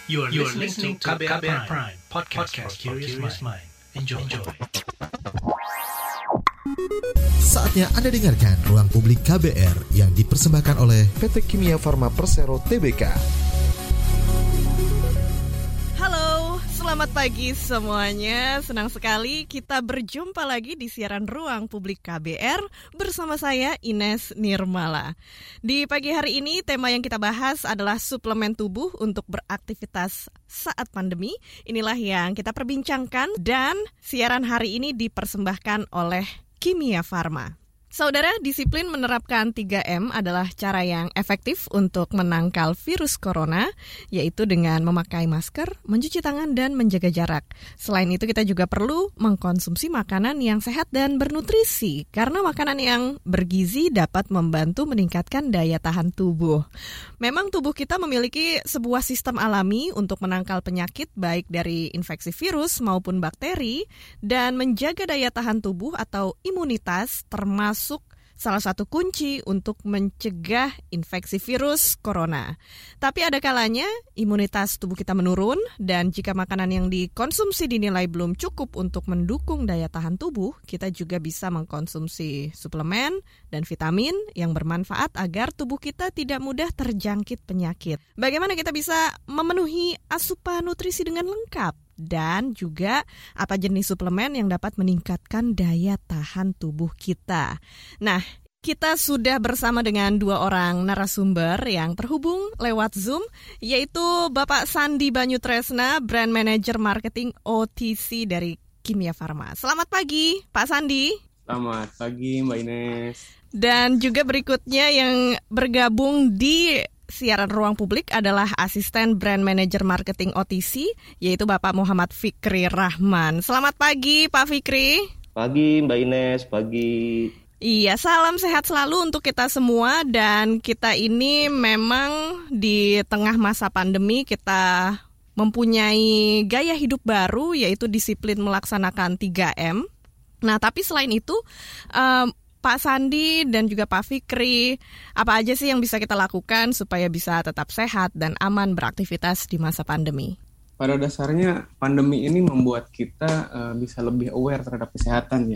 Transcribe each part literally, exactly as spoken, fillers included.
You are listening to K B R Prime, podcast for curious mind. Enjoy. Enjoy. Saatnya Anda dengarkan Ruang Publik K B R yang dipersembahkan oleh P T Kimia Farma Persero Tbk. Halo, selamat pagi semuanya. Senang sekali kita berjumpa lagi di siaran Ruang Publik K B R bersama saya Ines Nirmala. Di pagi hari ini tema yang kita bahas adalah suplemen tubuh untuk beraktivitas saat pandemi. Inilah yang kita perbincangkan dan siaran hari ini dipersembahkan oleh Kimia Farma. Saudara, disiplin menerapkan tiga M adalah cara yang efektif untuk menangkal virus corona, yaitu dengan memakai masker, mencuci tangan, dan menjaga jarak. Selain itu, kita juga perlu mengkonsumsi makanan yang sehat dan bernutrisi, karena makanan yang bergizi dapat membantu meningkatkan daya tahan tubuh. Memang tubuh kita memiliki sebuah sistem alami untuk menangkal penyakit, baik dari infeksi virus maupun bakteri, dan menjaga daya tahan tubuh atau imunitas termasuk salah satu kunci untuk mencegah infeksi virus corona. Tapi ada kalanya imunitas tubuh kita menurun dan jika makanan yang dikonsumsi dinilai belum cukup untuk mendukung daya tahan tubuh, kita juga bisa mengkonsumsi suplemen dan vitamin yang bermanfaat agar tubuh kita tidak mudah terjangkit penyakit. Bagaimana kita bisa memenuhi asupan nutrisi dengan lengkap? Dan juga apa jenis suplemen yang dapat meningkatkan daya tahan tubuh kita. Nah, kita sudah bersama dengan dua orang narasumber yang terhubung lewat Zoom, yaitu Bapak Sandi Banyutresna, Brand Manager Marketing O T C dari Kimia Farma. Selamat pagi, Pak Sandi. Selamat pagi, Mbak Ines. Dan juga berikutnya yang bergabung di siaran Ruang Publik adalah Asisten Brand Manager Marketing O T C, yaitu Bapak Muhammad Fikri Rahman. Selamat pagi, Pak Fikri. Pagi, Mbak Ines. Pagi. Iya, salam sehat selalu untuk kita semua. Dan kita ini memang di tengah masa pandemi, kita mempunyai gaya hidup baru, yaitu disiplin melaksanakan tiga M. Nah, tapi selain itu, um, Pak Sandi dan juga Pak Fikri, apa aja sih yang bisa kita lakukan supaya bisa tetap sehat dan aman beraktivitas di masa pandemi? Pada dasarnya pandemi ini membuat kita uh, bisa lebih aware terhadap kesehatan ya.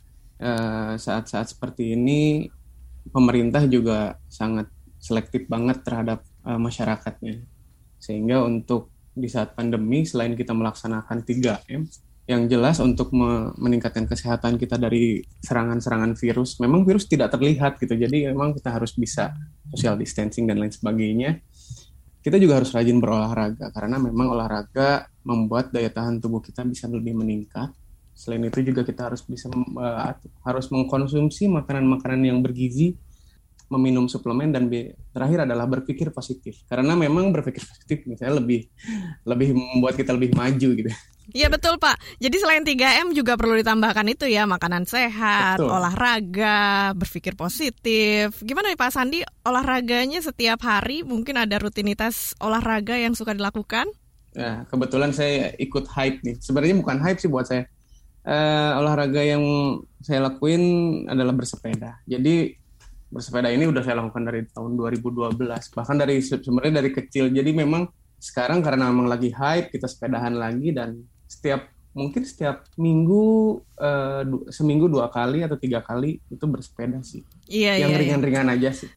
Uh, saat-saat seperti ini pemerintah juga sangat selektif banget terhadap uh, masyarakatnya. Sehingga untuk di saat pandemi selain kita melaksanakan tiga M, yang jelas untuk meningkatkan kesehatan kita dari serangan-serangan virus. Memang virus tidak terlihat gitu, jadi memang kita harus bisa social distancing dan lain sebagainya. Kita juga harus rajin berolahraga, karena memang olahraga membuat daya tahan tubuh kita bisa lebih meningkat. Selain itu juga kita harus bisa uh, harus mengkonsumsi makanan-makanan yang bergizi, meminum suplemen, dan be- terakhir adalah berpikir positif. Karena memang berpikir positif misalnya lebih lebih membuat kita lebih maju gitu. Iya betul Pak, jadi selain tiga M juga perlu ditambahkan itu ya, makanan sehat, betul. Olahraga, berpikir positif. Gimana nih Pak Sandi, olahraganya setiap hari mungkin ada rutinitas olahraga yang suka dilakukan? Ya, kebetulan saya ikut hype nih, sebenarnya bukan hype sih buat saya. Uh, olahraga yang saya lakuin adalah bersepeda, jadi bersepeda ini udah saya lakukan dari tahun dua ribu dua belas, bahkan dari sebenarnya dari kecil, jadi memang sekarang karena memang lagi hype, kita sepedahan lagi dan setiap mungkin setiap minggu uh, du- seminggu dua kali atau tiga kali itu bersepeda sih. Iya, yang iya, ringan-ringan iya. aja sih.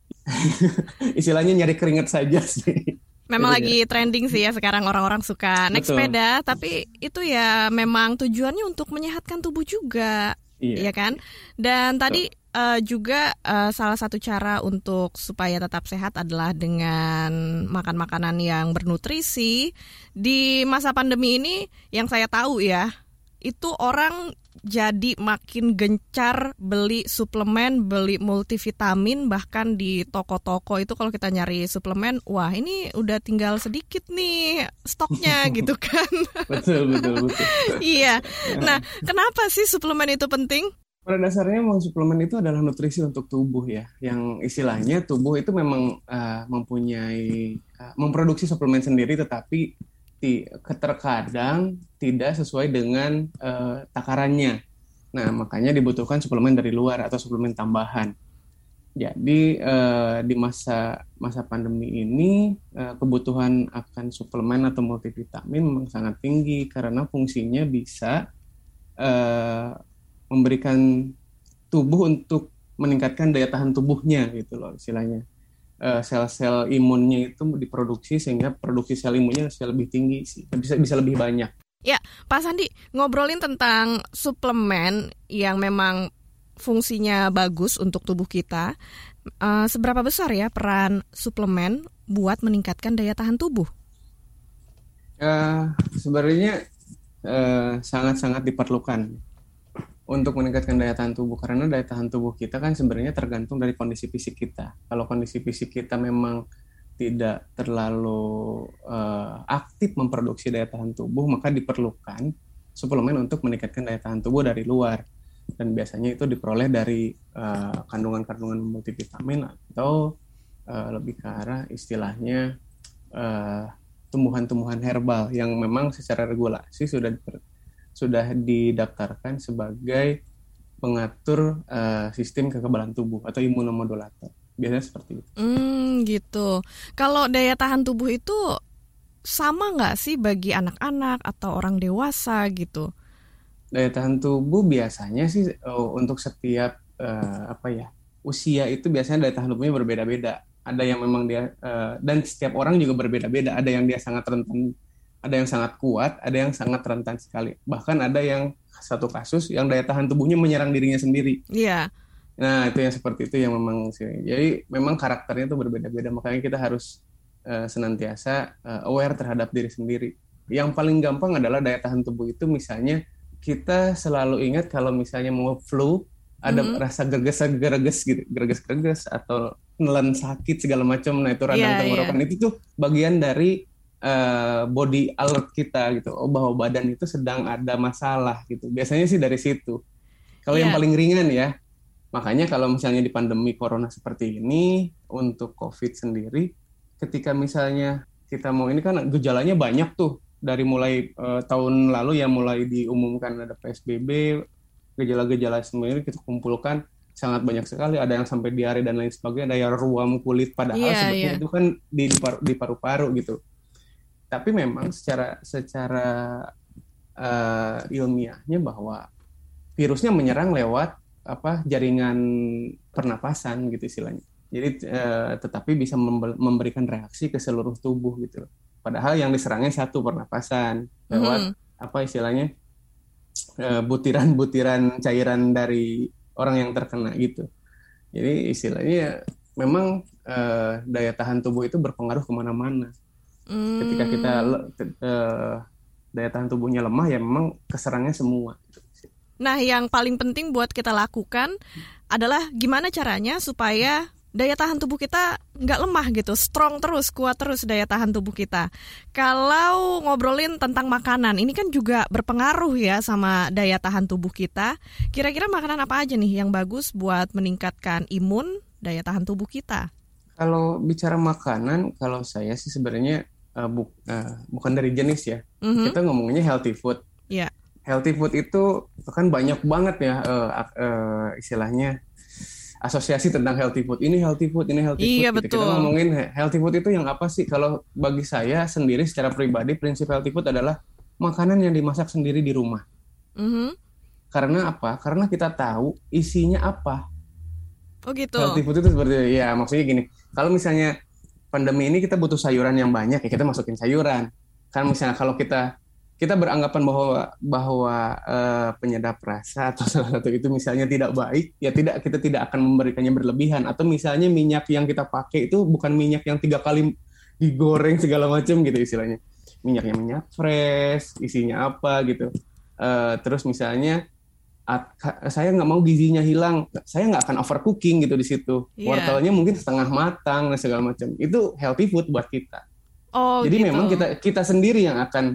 Istilahnya nyari keringat saja sih. Memang Gitu lagi ya. Trending sih ya sekarang, orang-orang suka naik Betul. sepeda, tapi itu ya memang tujuannya untuk menyehatkan tubuh juga. Iya. Iya kan? Dan tadi uh, juga uh, salah satu cara untuk supaya tetap sehat adalah dengan makan makanan yang bernutrisi. Di masa pandemi ini yang saya tahu ya, itu orang jadi makin gencar beli suplemen, beli multivitamin, bahkan di toko-toko itu kalau kita nyari suplemen, wah ini udah tinggal sedikit nih stoknya gitu kan. Betul, betul, betul. Iya. Nah, kenapa sih suplemen itu penting? Pada dasarnya memang suplemen itu adalah nutrisi untuk tubuh ya, yang istilahnya tubuh itu memang uh, mempunyai uh, memproduksi suplemen sendiri, tetapi ti- terkadang tidak sesuai dengan uh, takarannya. Nah, makanya dibutuhkan suplemen dari luar atau suplemen tambahan. Jadi uh, di masa masa pandemi ini uh, kebutuhan akan suplemen atau multivitamin memang sangat tinggi karena fungsinya bisa uh, memberikan tubuh untuk meningkatkan daya tahan tubuhnya gitu loh istilahnya. Uh, sel-sel imunnya itu diproduksi sehingga produksi sel imunnya bisa lebih tinggi sih, bisa bisa lebih banyak. Ya, Pak Sandi, ngobrolin tentang suplemen yang memang fungsinya bagus untuk tubuh kita. Uh, seberapa besar ya peran suplemen buat meningkatkan daya tahan tubuh? Uh, sebenarnya uh, sangat-sangat diperlukan untuk meningkatkan daya tahan tubuh karena daya tahan tubuh kita kan sebenarnya tergantung dari kondisi fisik kita. Kalau kondisi fisik kita memang tidak terlalu uh, aktif memproduksi daya tahan tubuh, maka diperlukan suplemen untuk meningkatkan daya tahan tubuh dari luar. Dan biasanya itu diperoleh dari uh, kandungan-kandungan multivitamin atau uh, lebih ke arah istilahnya uh, tumbuhan-tumbuhan herbal yang memang secara regulasi sudah sudah didaftarkan sebagai pengatur uh, sistem kekebalan tubuh atau imunomodulator. Biasanya seperti itu. Hmm, gitu. Kalau daya tahan tubuh itu sama nggak sih bagi anak-anak atau orang dewasa gitu? Daya tahan tubuh biasanya sih oh, untuk setiap uh, apa ya usia itu biasanya daya tahan tubuhnya berbeda-beda. Ada yang memang dia uh, dan setiap orang juga berbeda-beda. Ada yang dia sangat rentan, ada yang sangat kuat, ada yang sangat rentan sekali. Bahkan ada yang satu kasus yang daya tahan tubuhnya menyerang dirinya sendiri. Iya. Yeah. Nah itu yang seperti itu yang memang sih. Jadi memang karakternya itu berbeda-beda. Makanya kita harus uh, senantiasa uh, aware terhadap diri sendiri. Yang paling gampang adalah daya tahan tubuh itu misalnya kita selalu ingat kalau misalnya mau flu ada mm-hmm. rasa greges-greges gitu, greges-greges atau nelan sakit segala macam. Nah itu radang yeah, tenggorokan yeah. itu tuh bagian dari uh, body alert kita gitu. Oh bahwa badan itu sedang ada masalah gitu. Biasanya sih dari situ. Kalau yeah. yang paling ringan ya. Makanya kalau misalnya di pandemi corona seperti ini untuk COVID sendiri, ketika misalnya kita mau ini kan gejalanya banyak tuh. Dari mulai uh, tahun lalu ya mulai diumumkan ada P S B B, gejala-gejala semuanya kita kumpulkan sangat banyak sekali. Ada yang sampai diare dan lain sebagainya, ada yang ruam kulit padahal yeah, sebetulnya yeah. itu kan di, di, paru, di paru-paru gitu. Tapi memang secara secara uh, ilmiahnya bahwa virusnya menyerang lewat apa jaringan pernapasan gitu istilahnya. Jadi uh, tetapi bisa memberikan reaksi ke seluruh tubuh gitu. Padahal yang diserangnya satu pernapasan lewat mm-hmm. apa istilahnya uh, butiran-butiran cairan dari orang yang terkena gitu. Jadi istilahnya memang uh, daya tahan tubuh itu berpengaruh kemana-mana. Mm. Ketika kita uh, daya tahan tubuhnya lemah ya memang keserangnya semua. Nah yang paling penting buat kita lakukan adalah gimana caranya supaya daya tahan tubuh kita nggak lemah gitu, strong terus, kuat terus daya tahan tubuh kita. Kalau ngobrolin tentang makanan, ini kan juga berpengaruh ya sama daya tahan tubuh kita. Kira-kira makanan apa aja nih yang bagus buat meningkatkan imun, daya tahan tubuh kita? Kalau bicara makanan, kalau saya sih sebenarnya uh, bu- uh, bukan dari jenis ya. Mm-hmm. Kita ngomongnya healthy food. Iya. Yeah. Healthy food itu kan banyak banget ya uh, uh, istilahnya. Asosiasi tentang healthy food, ini healthy food, ini healthy iya, food. Gitu. Betul. Kita ngomongin healthy food itu yang apa sih? Kalau bagi saya sendiri secara pribadi, prinsip healthy food adalah makanan yang dimasak sendiri di rumah. Mm-hmm. Karena apa? Karena kita tahu isinya apa. Oh gitu. Healthy food itu seperti, ya maksudnya gini, kalau misalnya pandemi ini kita butuh sayuran yang banyak, ya kita masukin sayuran. Kan misalnya kalau kita kita beranggapan bahwa bahwa uh, penyedap rasa atau salah satu itu misalnya tidak baik, ya tidak kita tidak akan memberikannya berlebihan. Atau misalnya minyak yang kita pakai itu bukan minyak yang tiga kali digoreng segala macam gitu istilahnya. Minyaknya minyak fresh, isinya apa gitu. Uh, terus misalnya at, saya nggak mau gizinya hilang, saya nggak akan overcooking gitu di situ. Yeah. Wortelnya mungkin setengah matang dan segala macam. Itu healthy food buat kita. Oh, jadi gitu. memang kita kita sendiri yang akan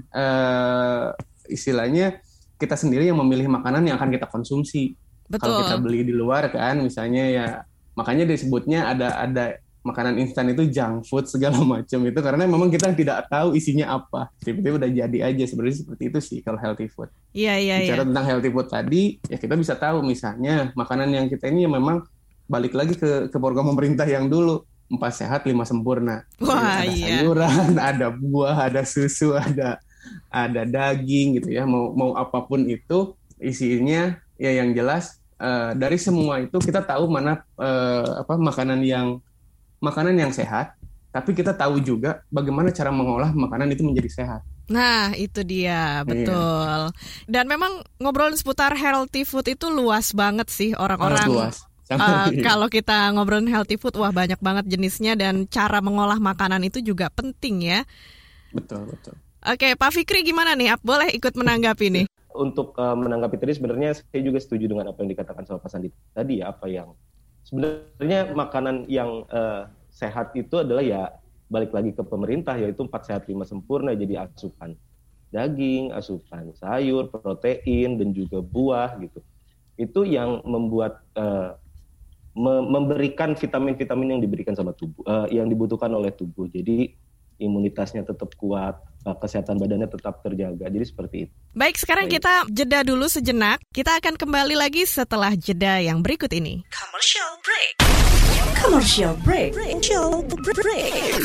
uh, istilahnya kita sendiri yang memilih makanan yang akan kita konsumsi. Betul. Kalau kita beli di luar kan, misalnya ya makanya disebutnya ada ada makanan instan itu junk food segala macam itu karena memang kita tidak tahu isinya apa. Tiba-tiba udah jadi aja sebenarnya seperti itu sih kalau healthy food. Iya iya. Bicara ya. tentang healthy food tadi, ya kita bisa tahu misalnya makanan yang kita ini yang memang balik lagi ke, ke program pemerintah yang dulu, empat sehat lima sempurna. Wah, ada iya. sayuran, ada buah, ada susu, ada ada daging gitu ya. Mau mau apapun itu isinya ya yang jelas uh, dari semua itu kita tahu mana uh, apa makanan yang makanan yang sehat, tapi kita tahu juga bagaimana cara mengolah makanan itu menjadi sehat. Nah, itu dia, betul. Iya. Dan memang ngobrolin seputar healthy food itu luas banget sih orang-orang. Luas. Uh, kalau kita ngobrolin healthy food, wah banyak banget jenisnya dan cara mengolah makanan itu juga penting ya. Betul, betul. Oke, Pak Fikri gimana nih? Boleh ikut menanggapi nih? Untuk uh, menanggapi tadi sebenarnya saya juga setuju dengan apa yang dikatakan sama Pak Sandi tadi ya, apa yang sebenarnya makanan yang uh, sehat itu adalah ya balik lagi ke pemerintah, yaitu empat sehat lima sempurna, jadi asupan daging, asupan sayur, protein dan juga buah gitu. Itu yang membuat uh, me- memberikan vitamin-vitamin yang diberikan sama tubuh, uh, yang dibutuhkan oleh tubuh. Jadi imunitasnya tetap kuat, uh, kesehatan badannya tetap terjaga. Jadi seperti itu. Baik, sekarang Baik. kita jeda dulu sejenak. Kita akan kembali lagi setelah jeda yang berikut ini. Commercial break. Commercial break. Commercial break.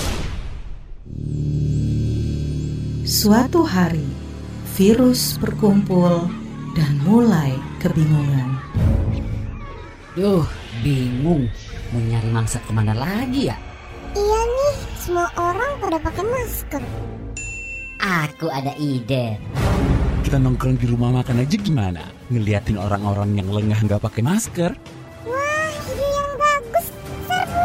Suatu hari, virus berkumpul dan mulai kebingungan. Duh, bingung. Mau nyari mangsa kemana lagi ya? Iya nih, semua orang pada pakai masker. Aku ada ide. Kita nongkrong di rumah makan aja gimana? Ngeliatin orang-orang yang lengah nggak pakai masker. Wah, ide yang bagus. Serbu.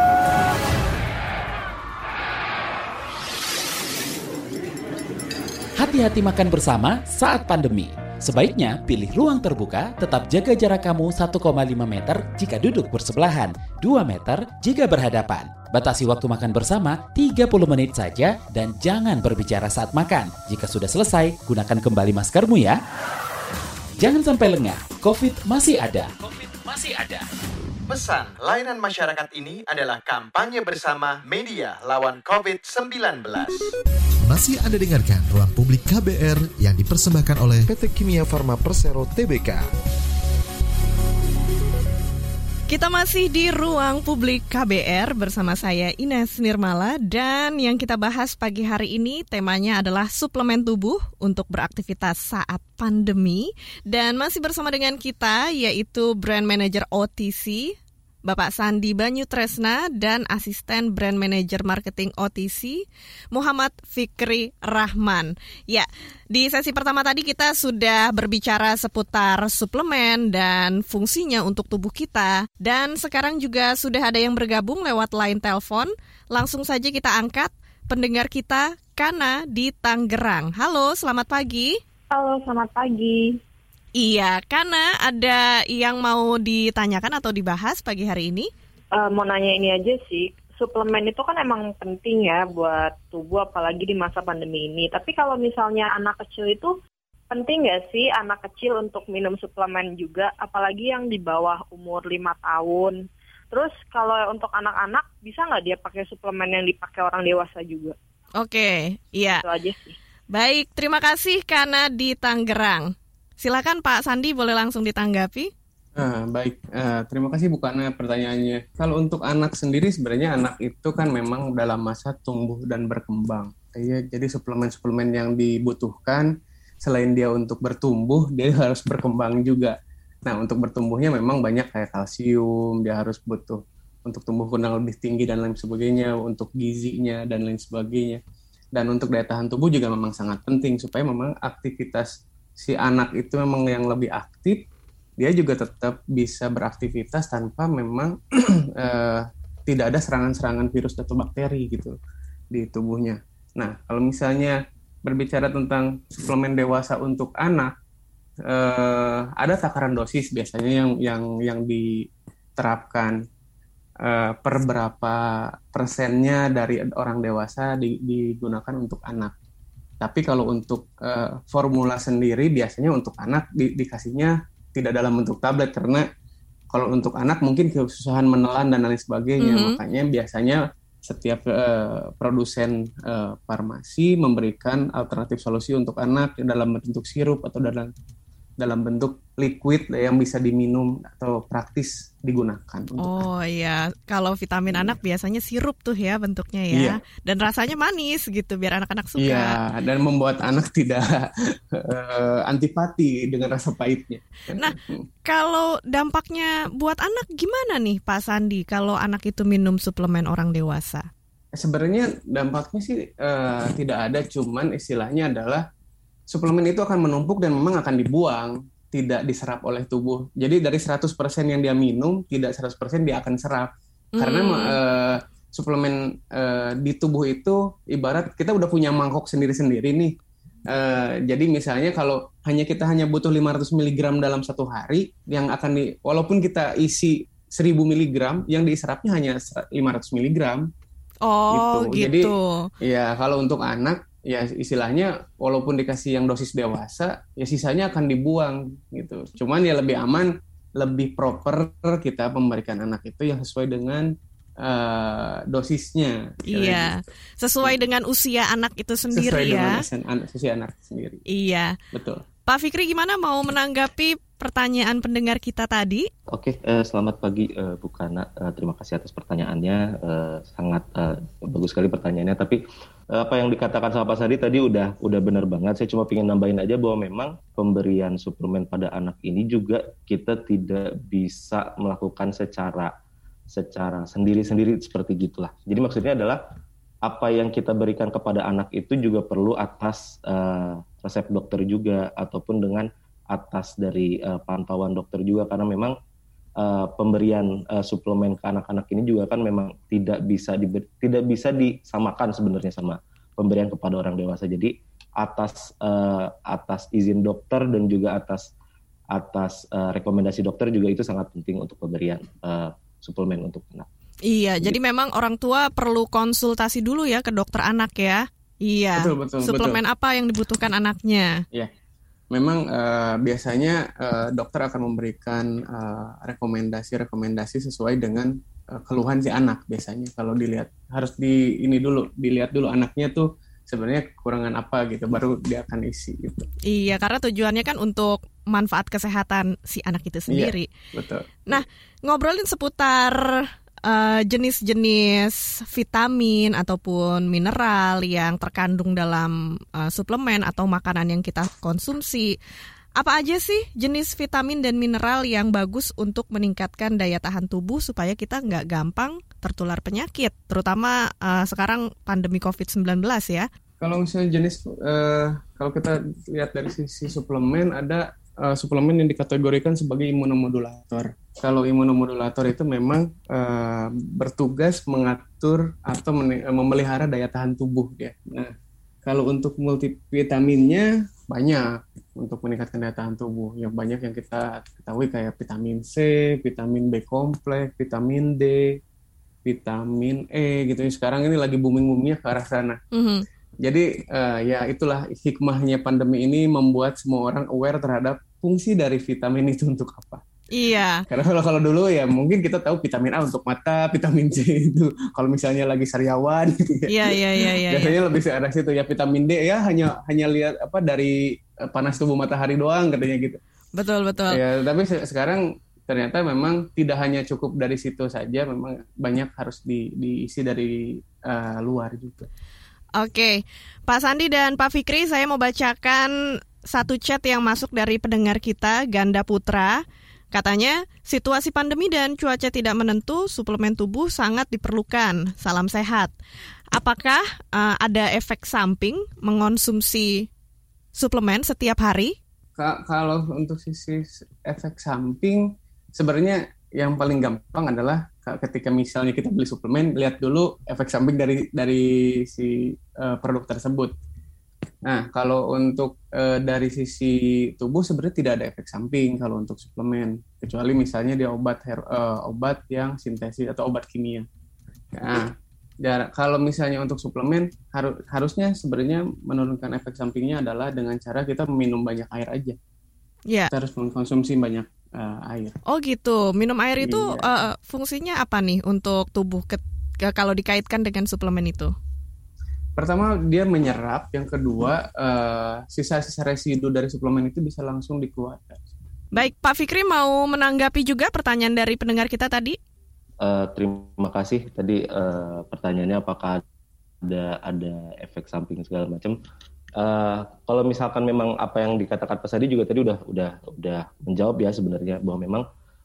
Hati-hati makan bersama saat pandemi. Sebaiknya pilih ruang terbuka, tetap jaga jarak kamu satu koma lima meter jika duduk bersebelahan, dua meter jika berhadapan. Batasi waktu makan bersama tiga puluh menit saja dan jangan berbicara saat makan. Jika sudah selesai, gunakan kembali maskermu ya. Jangan sampai lengah, COVID masih ada. COVID masih ada. Pesan layanan masyarakat ini adalah kampanye bersama media lawan covid sembilan belas. Masih Anda dengarkan Ruang Publik K B R yang dipersembahkan oleh P T Kimia Farma Persero T B K. Kita masih di Ruang Publik K B R bersama saya Ines Nirmala, dan yang kita bahas pagi hari ini temanya adalah suplemen tubuh untuk beraktivitas saat pandemi. Dan masih bersama dengan kita yaitu Brand Manager O T C Bapak Sandi Banyu Tresna dan Asisten Brand Manager Marketing O T C Muhammad Fikri Rahman. Ya, di sesi pertama tadi kita sudah berbicara seputar suplemen dan fungsinya untuk tubuh kita. Dan sekarang juga sudah ada yang bergabung lewat line telepon. Langsung saja kita angkat pendengar kita, Kana di Tangerang. Halo, selamat pagi. Halo, selamat pagi. Iya, karena ada yang mau ditanyakan atau dibahas pagi hari ini? Uh, mau nanya ini aja sih, suplemen itu kan emang penting ya buat tubuh apalagi di masa pandemi ini. Tapi kalau misalnya anak kecil itu penting nggak sih anak kecil untuk minum suplemen juga, apalagi yang di bawah umur lima tahun? Terus kalau untuk anak-anak bisa nggak dia pakai suplemen yang dipakai orang dewasa juga? Oke, iya. Itu aja sih. Baik, terima kasih karena di Tangerang. Silakan Pak Sandi, boleh langsung ditanggapi. Ah, baik, uh, terima kasih Bu Kana pertanyaannya. Kalau untuk anak sendiri sebenarnya anak itu kan memang dalam masa tumbuh dan berkembang. Ya, jadi suplemen-suplemen yang dibutuhkan selain dia untuk bertumbuh, dia harus berkembang juga. Nah, untuk bertumbuhnya memang banyak kayak kalsium, dia harus butuh untuk tumbuh kembang lebih tinggi dan lain sebagainya, untuk gizinya dan lain sebagainya. Dan untuk daya tahan tubuh juga memang sangat penting supaya memang aktivitas si anak itu memang yang lebih aktif, dia juga tetap bisa beraktivitas tanpa memang uh, tidak ada serangan-serangan virus atau bakteri gitu di tubuhnya. Nah, kalau misalnya berbicara tentang suplemen dewasa untuk anak, uh, ada takaran dosis biasanya yang yang yang diterapkan uh, per berapa persennya dari orang dewasa di, digunakan untuk anak. Tapi kalau untuk uh, formula sendiri biasanya untuk anak di, dikasihnya tidak dalam bentuk tablet, karena kalau untuk anak mungkin kesusahan menelan dan lain sebagainya. Mm-hmm. Makanya biasanya setiap uh, produsen uh, farmasi memberikan alternatif solusi untuk anak dalam bentuk sirup atau dalam dalam bentuk liquid yang bisa diminum atau praktis digunakan. Untuk oh iya, kalau vitamin anak biasanya sirup tuh ya bentuknya ya, iya. Dan rasanya manis gitu biar anak-anak suka. Iya, dan membuat anak tidak uh, antipati dengan rasa pahitnya. Nah, kalau dampaknya buat anak gimana nih Pak Sandi kalau anak itu minum suplemen orang dewasa? Sebenarnya dampaknya sih uh, tidak ada, cuman istilahnya adalah suplemen itu akan menumpuk dan memang akan dibuang, tidak diserap oleh tubuh. Jadi dari seratus persen yang dia minum, tidak seratus persen dia akan serap. Hmm. Karena uh, suplemen uh, di tubuh itu ibarat kita udah punya mangkok sendiri-sendiri nih. Uh, jadi misalnya kalau hanya kita hanya butuh lima ratus miligram dalam satu hari, yang akan di, walaupun kita isi seribu miligram, yang diserapnya hanya lima ratus miligram. Oh gitu. Jadi ya kalau untuk anak, ya istilahnya walaupun dikasih yang dosis dewasa, ya sisanya akan dibuang gitu. Cuman ya lebih aman, lebih proper kita memberikan anak itu yang sesuai dengan uh, dosisnya. Iya, gitu. Sesuai dengan usia anak itu sendiri sesuai ya. Sesuai dengan usia anak sendiri. Iya. Betul. Pak Fikri gimana mau menanggapi pertanyaan pendengar kita tadi? Oke, eh, selamat pagi eh, Bu Kana. Eh, terima kasih atas pertanyaannya. Eh, sangat eh, bagus sekali pertanyaannya. Tapi eh, apa yang dikatakan sama Pak Sandi tadi udah udah benar banget. Saya cuma ingin nambahin aja bahwa memang pemberian suplemen pada anak ini juga kita tidak bisa melakukan secara secara sendiri-sendiri seperti gitulah. Jadi maksudnya adalah apa yang kita berikan kepada anak itu juga perlu atas uh, resep dokter juga ataupun dengan atas dari uh, pantauan dokter juga, karena memang uh, pemberian uh, suplemen ke anak-anak ini juga kan memang tidak bisa diber- tidak bisa disamakan sebenarnya sama pemberian kepada orang dewasa. Jadi atas uh, atas izin dokter dan juga atas atas uh, rekomendasi dokter juga itu sangat penting untuk pemberian uh, suplemen untuk anak. Iya, jadi memang orang tua perlu konsultasi dulu ya ke dokter anak ya. Iya. Betul, betul, suplemen betul. apa yang dibutuhkan anaknya? Iya. Memang uh, biasanya uh, dokter akan memberikan uh, rekomendasi-rekomendasi sesuai dengan uh, keluhan si anak biasanya. Kalau dilihat harus di ini dulu, dilihat dulu anaknya tuh sebenarnya kekurangan apa gitu, baru dia akan isi gitu. Iya, karena tujuannya kan untuk manfaat kesehatan si anak itu sendiri. Iya, betul. Nah, ngobrolin seputar Uh, jenis-jenis vitamin ataupun mineral yang terkandung dalam uh, suplemen atau makanan yang kita konsumsi. Apa aja sih jenis vitamin dan mineral yang bagus untuk meningkatkan daya tahan tubuh supaya kita nggak gampang tertular penyakit, terutama uh, sekarang pandemi covid sembilan belas ya? Kalau misalnya jenis, uh, kalau kita lihat dari sisi suplemen, ada uh, suplemen yang dikategorikan sebagai imunomodulator. Kalau imunomodulator itu memang uh, bertugas mengatur atau men- memelihara daya tahan tubuh ya. Nah, kalau untuk multivitaminnya banyak untuk meningkatkan daya tahan tubuh. Yang banyak yang kita ketahui kayak vitamin C, vitamin B kompleks, vitamin D, vitamin E gitu. Sekarang ini lagi booming-boomingnya ke arah sana. Mm-hmm. Jadi uh, ya itulah hikmahnya pandemi ini, membuat semua orang aware terhadap fungsi dari vitamin itu untuk apa. Iya. Karena kalau kalau dulu ya mungkin kita tahu vitamin A untuk mata, vitamin C itu kalau misalnya lagi sariawan gitu Iya ya. iya iya iya. Biasanya ya. lebih ke arah situ ya. Vitamin D ya hanya hanya lihat apa dari panas tubuh matahari doang katanya gitu. Betul betul. Ya, tapi se- sekarang ternyata memang tidak hanya cukup dari situ saja, memang banyak harus di, diisi dari uh, luar juga. Oke, Pak Sandi dan Pak Fikri, saya mau bacakan satu chat yang masuk dari pendengar kita, Ganda Putra. Katanya, situasi pandemi dan cuaca tidak menentu, suplemen tubuh sangat diperlukan. Salam sehat. Apakah uh, ada efek samping mengonsumsi suplemen setiap hari? Ka- kalau untuk sisi efek samping, sebenarnya yang paling gampang adalah ketika misalnya kita beli suplemen, lihat dulu efek samping dari dari si uh, produk tersebut. Nah, kalau untuk uh, dari sisi tubuh sebenarnya tidak ada efek samping kalau untuk suplemen, kecuali misalnya dia obat her- uh, obat yang sintesis atau obat kimia. Nah, dar- kalau misalnya untuk suplemen haru- harusnya sebenarnya menurunkan efek sampingnya adalah dengan cara kita minum banyak air aja. Iya. Kita harus mengkonsumsi banyak uh, air. Oh gitu, minum air itu iya. uh, fungsinya apa nih untuk tubuh ke- ke- kalau dikaitkan dengan suplemen itu? Pertama dia menyerap, yang kedua uh, sisa-sisa residu dari suplemen itu bisa langsung dikeluarkan. Baik, Pak Fikri mau menanggapi juga pertanyaan dari pendengar kita tadi? Uh, terima kasih. Tadi uh, pertanyaannya apakah ada ada efek samping segala macam. Uh, kalau misalkan memang apa yang dikatakan Pak Sandi juga tadi udah udah udah menjawab ya sebenarnya, bahwa memang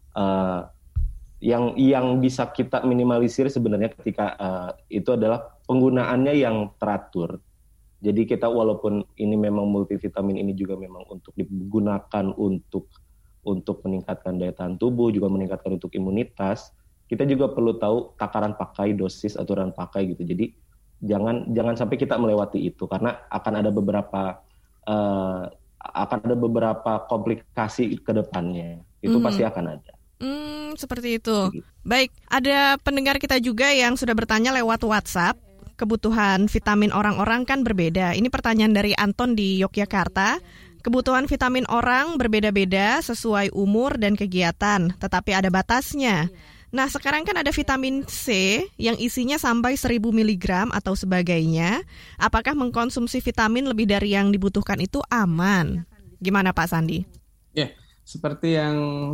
uh, yang yang bisa kita minimalisir sebenarnya ketika uh, itu adalah penggunaannya yang teratur. Jadi kita walaupun ini memang multivitamin ini juga memang untuk digunakan untuk untuk meningkatkan daya tahan tubuh, juga meningkatkan untuk imunitas, kita juga perlu tahu takaran pakai, dosis, aturan pakai gitu. Jadi jangan jangan sampai kita melewati itu, karena akan ada beberapa uh, akan ada beberapa komplikasi ke depannya. Itu mm. pasti akan ada. Hmm, seperti itu. Baik, ada pendengar kita juga yang sudah bertanya lewat WhatsApp. Kebutuhan vitamin orang-orang kan berbeda. Ini pertanyaan dari Anton di Yogyakarta. Kebutuhan vitamin orang berbeda-beda sesuai umur dan kegiatan, tetapi ada batasnya. Nah, sekarang kan ada vitamin C yang isinya sampai seribu miligram atau sebagainya. Apakah mengkonsumsi vitamin lebih dari yang dibutuhkan itu aman? Gimana Pak Sandi? Ya, seperti yang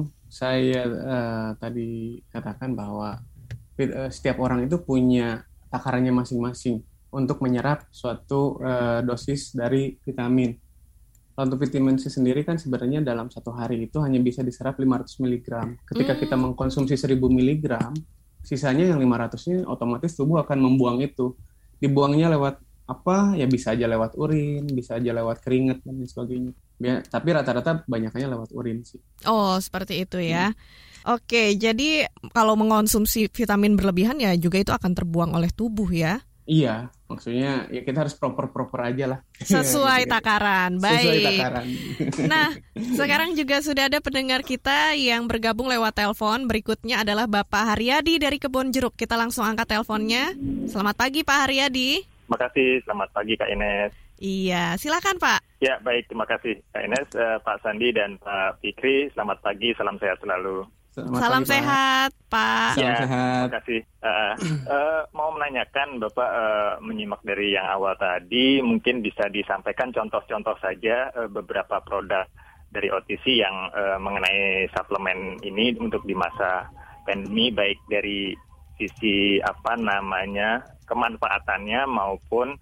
saya uh, tadi katakan bahwa uh, setiap orang itu punya takarannya masing-masing untuk menyerap suatu uh, dosis dari vitamin. Untuk vitamin C sendiri kan sebenarnya dalam satu hari itu hanya bisa diserap lima ratus miligram. Ketika hmm. kita mengkonsumsi seribu miligram, sisanya yang lima ratus-nya otomatis tubuh akan membuang itu. Dibuangnya lewat apa? Ya bisa aja lewat urin, bisa aja lewat keringat dan lain sebagainya. Ya, tapi rata-rata banyaknya lewat urin sih. Oh, seperti itu ya. Hmm. Oke, jadi kalau mengkonsumsi vitamin berlebihan ya juga itu akan terbuang oleh tubuh ya. Iya, maksudnya ya kita harus proper-proper aja lah. Sesuai takaran, baik. Sesuai takaran. Nah, sekarang juga sudah ada pendengar kita yang bergabung lewat telepon. Berikutnya adalah Bapak Haryadi dari Kebon Jeruk. Kita langsung angkat teleponnya. Selamat pagi Pak Haryadi. Terima kasih, selamat pagi Kak Ines. Iya, silakan Pak. Ya, baik, terima kasih Kak Ines, uh, Pak Sandi dan Pak Fikri. Selamat pagi, salam sehat selalu. Selamat Salam pagi, sehat, Pak. Ya, Salam sehat. Terima kasih. Uh, uh, mau menanyakan, Bapak uh, menyimak dari yang awal tadi, mungkin bisa disampaikan contoh-contoh saja uh, beberapa produk dari O T C yang uh, mengenai suplemen ini untuk di masa pandemi, baik dari sisi apa namanya kemanfaatannya maupun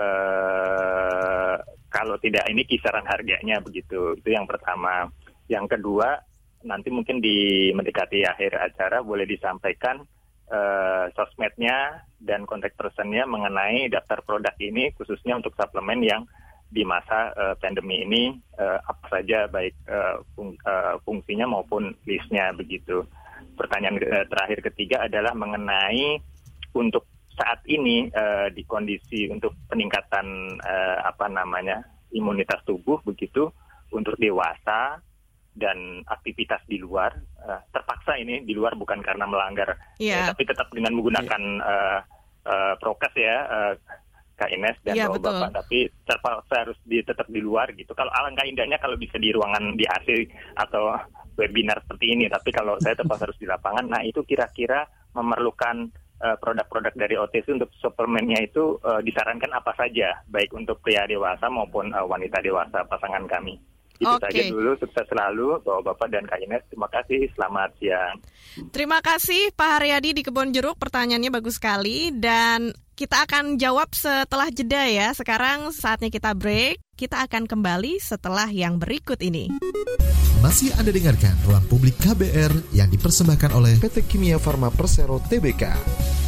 uh, kalau tidak ini kisaran harganya begitu. Itu yang pertama. Yang kedua, nanti mungkin di mendekati akhir acara boleh disampaikan uh, sosmednya dan kontak personnya mengenai daftar produk ini khususnya untuk suplemen yang di masa uh, pandemi ini uh, apa saja baik uh, fung, uh, fungsinya maupun listnya begitu. Pertanyaan uh, terakhir ketiga adalah mengenai untuk saat ini uh, di kondisi untuk peningkatan uh, apa namanya imunitas tubuh begitu untuk dewasa dan aktivitas di luar uh, terpaksa ini di luar bukan karena melanggar yeah. ya, tapi tetap dengan menggunakan yeah. uh, uh, prokes ya uh, Kak Ines dan yeah, Bapak, tapi terpaksa harus di, tetap di luar gitu. Kalau alangkah indahnya kalau bisa di ruangan di A C atau webinar seperti ini, tapi kalau saya terpaksa harus di lapangan, nah itu kira-kira memerlukan uh, produk-produk dari O T C untuk suplemennya itu uh, disarankan apa saja baik untuk pria dewasa maupun uh, wanita dewasa pasangan kami. Itu Oke. saja dulu, sukses selalu Bapak-Bapak dan Kak Ines. Terima kasih, selamat siang. Terima kasih Pak Haryadi di Kebon Jeruk, pertanyaannya bagus sekali dan kita akan jawab setelah jeda ya. Sekarang saatnya kita break, kita akan kembali setelah yang berikut ini. Masih Anda dengarkan Ruang Publik K B R yang dipersembahkan oleh P T Kimia Farma Persero T B K.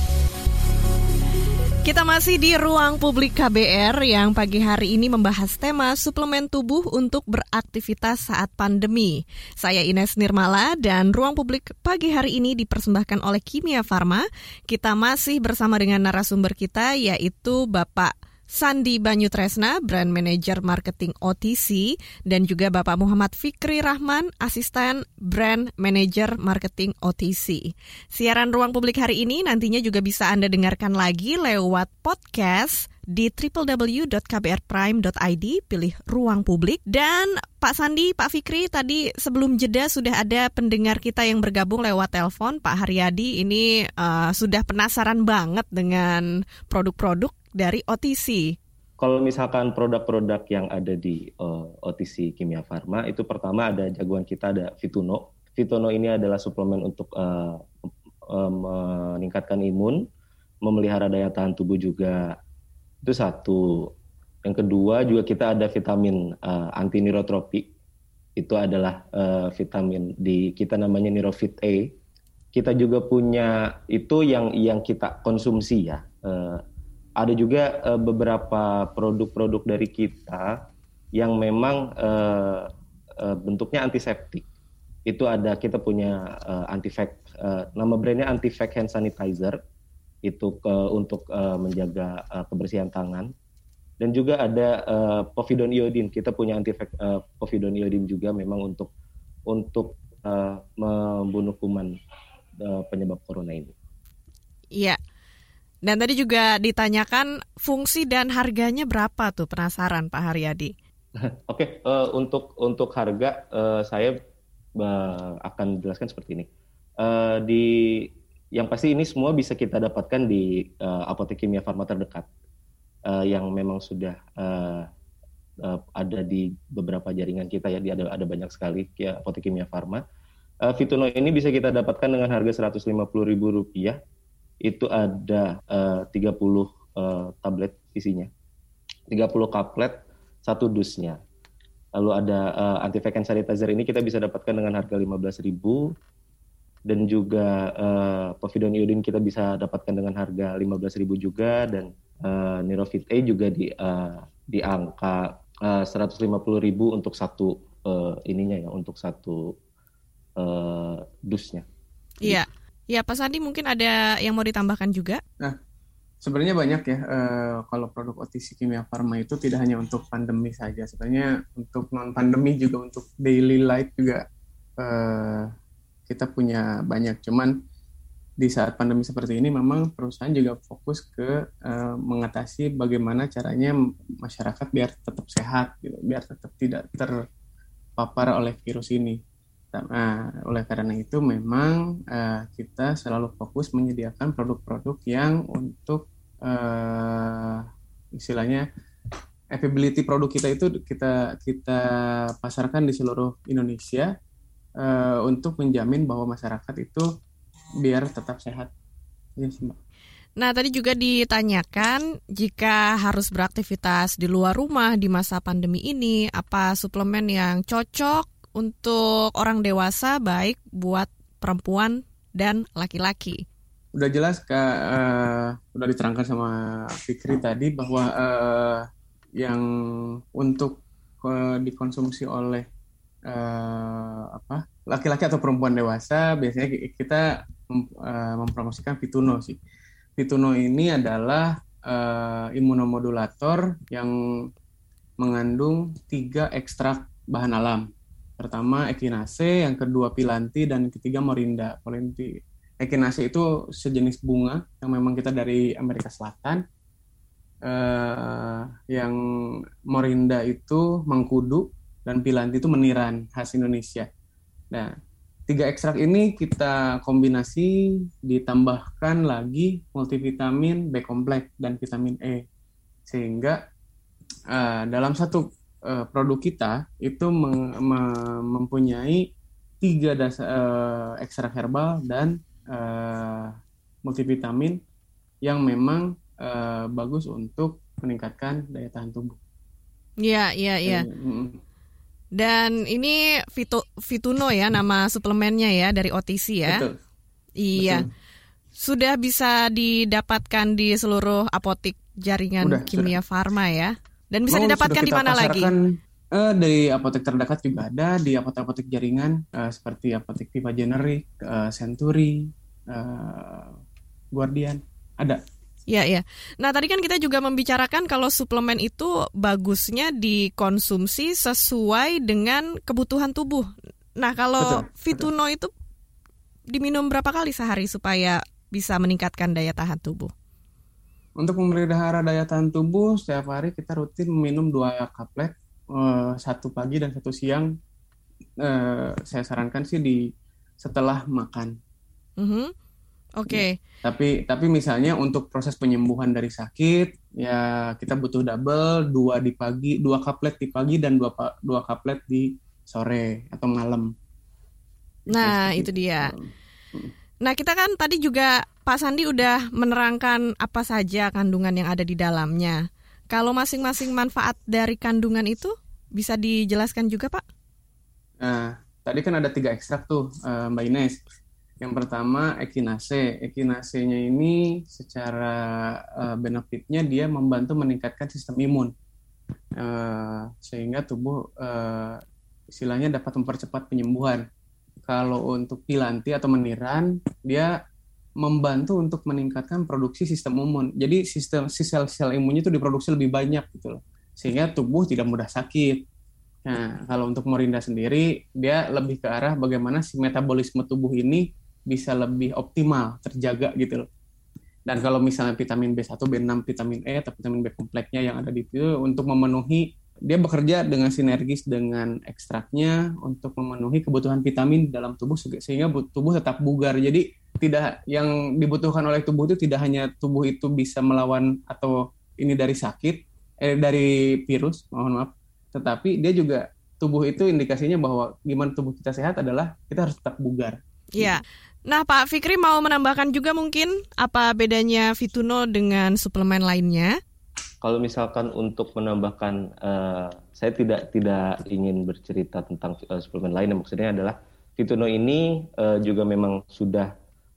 Kita masih di Ruang Publik K B R yang pagi hari ini membahas tema suplemen tubuh untuk beraktivitas saat pandemi. Saya Ines Nirmala dan Ruang Publik pagi hari ini dipersembahkan oleh Kimia Farma. Kita masih bersama dengan narasumber kita yaitu Bapak Sandi Banyutresna, Brand Manager Marketing O T C, dan juga Bapak Muhammad Fikri Rahman, Asisten Brand Manager Marketing O T C. Siaran Ruang Publik hari ini nantinya juga bisa Anda dengarkan lagi lewat podcast di double-u double-u double-u dot k b r prime dot i d, pilih Ruang Publik. Dan Pak Sandi, Pak Fikri, tadi sebelum jeda sudah ada pendengar kita yang bergabung lewat telepon. Pak Haryadi ini uh, sudah penasaran banget dengan produk-produk dari O T C? Kalau misalkan produk-produk yang ada di uh, O T C Kimia Farma, itu pertama ada jagoan kita, ada Fituno. Fituno ini adalah suplemen untuk uh, uh, meningkatkan imun, memelihara daya tahan tubuh juga. Itu satu. Yang kedua juga kita ada vitamin uh, anti neurotropi. Itu adalah uh, vitamin di kita namanya Neurofit A. Kita juga punya itu yang yang kita konsumsi ya. Uh, Ada juga uh, beberapa produk-produk dari kita yang memang uh, uh, bentuknya antiseptik. Itu ada, kita punya uh, anti-fake, uh, nama brandnya anti-fake hand sanitizer. Itu uh, untuk uh, menjaga uh, kebersihan tangan. Dan juga ada uh, povidone iodine. Kita punya anti-fake uh, povidone iodine juga memang untuk untuk uh, membunuh kuman uh, penyebab corona ini. Iya. Dan tadi juga ditanyakan fungsi dan harganya berapa tuh, penasaran Pak Haryadi? Oke, okay, uh, untuk untuk harga uh, saya uh, akan jelaskan seperti ini. Uh, di yang pasti ini semua bisa kita dapatkan di uh, apotek kimia farma terdekat uh, yang memang sudah uh, uh, ada di beberapa jaringan kita ya. Di ada ada banyak sekali ya, apotek kimia farma. Uh, Fituno ini bisa kita dapatkan dengan harga seratus lima puluh ribu rupiah. Itu ada uh, tiga puluh uh, tablet isinya, tiga puluh kaplet, satu dusnya. Lalu ada uh, anti-fake hand sanitizer ini kita bisa dapatkan dengan harga lima belas ribu, dan juga uh, povidone iodine kita bisa dapatkan dengan harga lima belas ribu juga, dan uh, Neurofit A juga di uh, di angka uh, seratus lima puluh ribu untuk satu uh, ininya ya, untuk satu uh, dusnya. Iya. Ya, Pak Sandi mungkin ada yang mau ditambahkan juga? Nah, sebenarnya banyak ya, eh, kalau produk O T C Kimia Farma itu tidak hanya untuk pandemi saja, sebenarnya untuk non-pandemi juga, untuk daily life juga eh, kita punya banyak. Cuman di saat pandemi seperti ini memang perusahaan juga fokus ke eh, mengatasi bagaimana caranya masyarakat biar tetap sehat, gitu, biar tetap tidak terpapar oleh virus ini. Nah, oleh karena itu memang uh, kita selalu fokus menyediakan produk-produk yang untuk uh, istilahnya availability produk kita itu kita kita pasarkan di seluruh Indonesia uh, untuk menjamin bahwa masyarakat itu biar tetap sehat. Yes, Mbak. Nah, tadi juga ditanyakan jika harus beraktivitas di luar rumah di masa pandemi ini, apa suplemen yang cocok untuk orang dewasa, baik buat perempuan dan laki-laki? Udah jelas Kak, uh, udah diterangkan sama Fikri tadi bahwa uh, yang untuk uh, dikonsumsi oleh uh, apa laki-laki atau perempuan dewasa biasanya kita mem, uh, mempromosikan Fituno sih. Fituno ini adalah uh, imunomodulator yang mengandung tiga ekstrak bahan alam. Pertama Echinacea, yang kedua Pilanti, dan yang ketiga Morinda. Pilanti, Echinacea itu sejenis bunga yang memang kita dari Amerika Selatan. Uh, yang Morinda itu mengkudu, dan Pilanti itu meniran khas Indonesia. Nah, tiga ekstrak ini kita kombinasi, ditambahkan lagi multivitamin B kompleks dan vitamin E, sehingga uh, dalam satu Uh, produk kita itu mem- mem- mempunyai tiga dasar uh, ekstrak herbal dan uh, multivitamin yang memang uh, bagus untuk meningkatkan daya tahan tubuh. Iya, iya, iya. Mm-hmm. Dan ini Fito, Fituno ya nama suplemennya ya, dari O T C ya. Betul. Iya. Betul. Sudah bisa didapatkan di seluruh apotek jaringan Udah, Kimia sudah. Farma ya. Dan bisa Mau didapatkan di mana lagi? Uh, di apotek terdekat juga ada, di apotek-apotek jaringan uh, seperti apotek Viva Generik, uh, Century, uh, Guardian, ada. Iya, iya. Nah, tadi kan kita juga membicarakan kalau suplemen itu bagusnya dikonsumsi sesuai dengan kebutuhan tubuh. Nah, kalau betul, Fituno betul. itu diminum berapa kali sehari supaya bisa meningkatkan daya tahan tubuh? Untuk memelihara daya tahan tubuh, setiap hari kita rutin meminum dua kaplet, uh, satu pagi dan satu siang. Uh, saya sarankan sih di setelah makan. Mm-hmm. Oke. Okay. Tapi tapi misalnya untuk proses penyembuhan dari sakit ya kita butuh double, dua di pagi, dua kaplet di pagi dan dua dua kaplet di sore atau malam. Nah, itu dia. Nah, kita kan tadi juga Pak Sandi udah menerangkan apa saja kandungan yang ada di dalamnya. Kalau masing-masing manfaat dari kandungan itu bisa dijelaskan juga, Pak? Nah, tadi kan ada tiga ekstrak tuh, Mbak Ines. Yang pertama Echinacea. Echinacea-nya ini secara uh, benefitnya dia membantu meningkatkan sistem imun, uh, sehingga tubuh uh, istilahnya dapat mempercepat penyembuhan. Kalau untuk Pilanti atau meniran, dia membantu untuk meningkatkan produksi sistem imun. Jadi sistem sel-sel imunnya itu diproduksi lebih banyak gitu loh, sehingga tubuh tidak mudah sakit. Nah, kalau untuk Morinda sendiri, dia lebih ke arah bagaimana si metabolisme tubuh ini bisa lebih optimal, terjaga gitu loh. Dan kalau misalnya vitamin B satu, B enam, vitamin E atau vitamin B kompleksnya yang ada di situ untuk memenuhi, dia bekerja dengan sinergis dengan ekstraknya untuk memenuhi kebutuhan vitamin dalam tubuh sehingga tubuh tetap bugar. Jadi tidak yang dibutuhkan oleh tubuh itu tidak hanya tubuh itu bisa melawan atau ini dari sakit, eh dari virus, mohon maaf, tetapi dia juga tubuh itu indikasinya bahwa gimana tubuh kita sehat adalah kita harus tetap bugar. Iya. Nah, Pak Fikri mau menambahkan juga mungkin apa bedanya Fituno dengan suplemen lainnya? Kalau misalkan untuk menambahkan, uh, saya tidak tidak ingin bercerita tentang uh, suplemen lain. Maksudnya adalah Fituno ini uh, juga memang sudah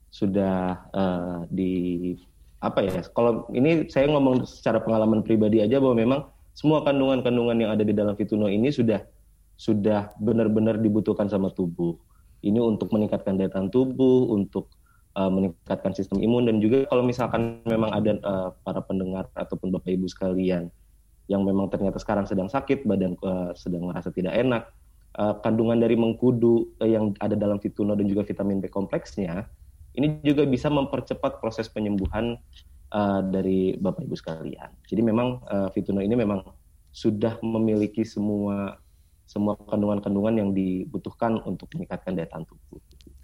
sudah uh, di apa ya? Kalau ini saya ngomong secara pengalaman pribadi aja bahwa memang semua kandungan-kandungan yang ada di dalam Fituno ini sudah sudah benar-benar dibutuhkan sama tubuh. Ini untuk meningkatkan daya tahan tubuh, untuk uh, meningkatkan sistem imun, dan juga kalau misalkan memang ada uh, para pendengar ataupun Bapak Ibu sekalian yang memang ternyata sekarang sedang sakit, badan uh, sedang merasa tidak enak, uh, kandungan dari mengkudu uh, yang ada dalam Fituno dan juga vitamin B kompleksnya, ini juga bisa mempercepat proses penyembuhan uh, dari Bapak Ibu sekalian. Jadi memang uh, Fituno ini memang sudah memiliki semua semua kandungan-kandungan yang dibutuhkan untuk meningkatkan daya tahan tubuh.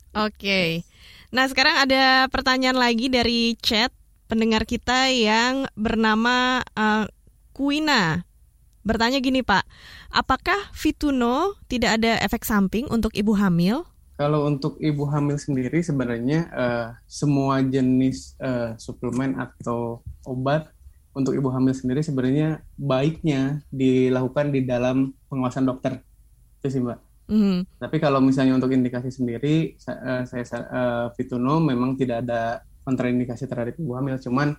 Oke. Nah, sekarang ada pertanyaan lagi dari chat pendengar kita yang bernama uh, Kuina. Bertanya gini, Pak, apakah Fituno tidak ada efek samping untuk ibu hamil? Kalau untuk ibu hamil sendiri sebenarnya uh, semua jenis uh, suplemen atau obat untuk ibu hamil sendiri sebenarnya baiknya dilakukan di dalam pengawasan dokter, itu sih Mbak. Mm-hmm. Tapi kalau misalnya untuk indikasi sendiri, saya, saya uh, Fituno memang tidak ada kontraindikasi terhadap ibu hamil. Cuman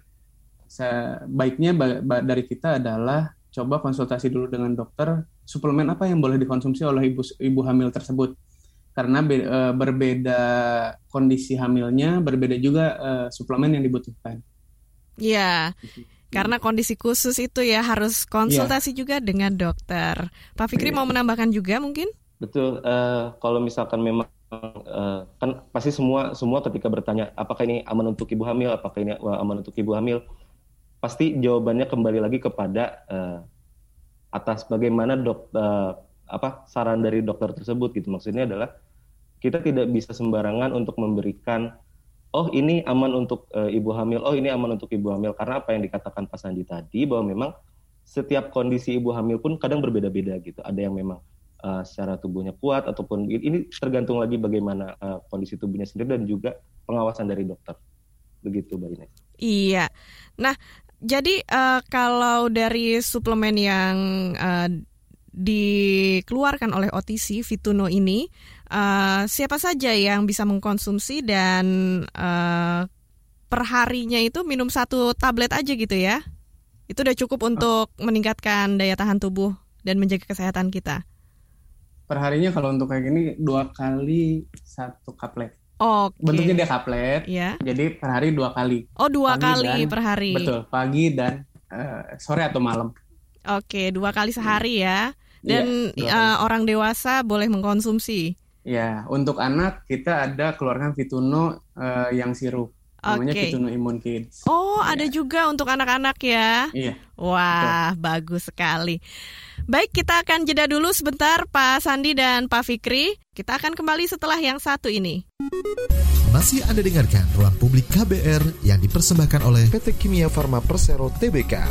saya, baiknya ba- ba- dari kita adalah coba konsultasi dulu dengan dokter, suplemen apa yang boleh dikonsumsi oleh ibu ibu hamil tersebut. Karena be, uh, berbeda kondisi hamilnya, berbeda juga uh, suplemen yang dibutuhkan. Iya. Yeah. Karena kondisi khusus itu ya harus konsultasi yeah. juga dengan dokter. Pak Fikri yeah. mau menambahkan juga mungkin? Betul. Uh, kalau misalkan memang uh, kan pasti semua semua ketika bertanya apakah ini aman untuk ibu hamil, apakah ini uh, aman untuk ibu hamil, pasti jawabannya kembali lagi kepada uh, atas bagaimana dok uh, apa saran dari dokter tersebut gitu. Maksudnya adalah kita tidak bisa sembarangan untuk memberikan oh ini aman untuk uh, ibu hamil, oh ini aman untuk ibu hamil. Karena apa yang dikatakan Pak Sandi tadi, bahwa memang setiap kondisi ibu hamil pun kadang berbeda-beda gitu. Ada yang memang uh, secara tubuhnya kuat, ataupun ini tergantung lagi bagaimana uh, kondisi tubuhnya sendiri dan juga pengawasan dari dokter. Begitu Mbak Ines. Iya, nah jadi uh, kalau dari suplemen yang uh, dikeluarkan oleh O T C Fituno ini, uh, siapa saja yang bisa mengkonsumsi dan uh, perharinya itu minum satu tablet aja gitu ya? Itu udah cukup untuk meningkatkan daya tahan tubuh dan menjaga kesehatan kita. Perharinya kalau untuk kayak gini dua kali satu kaplet. Oke. Okay. Bentuknya dia kaplet, yeah. Jadi per hari dua kali. Oh dua pagi kali dan, per hari. Betul, pagi dan uh, sore atau malam. Oke, dua kali sehari ya. Dan ya, uh, orang dewasa boleh mengkonsumsi. Ya, untuk anak kita ada keluarkan Fituno uh, yang sirup. Namanya Oke. Fituno Immune Kids. Oh, ada juga untuk anak-anak ya? Iya. Wah, bagus sekali. Baik, kita akan jeda dulu sebentar Pak Sandi dan Pak Fikri. Kita akan kembali setelah yang satu ini. Masih Anda dengarkan Ruang Publik K B R yang dipersembahkan oleh P T Kimia Farma Persero T B K.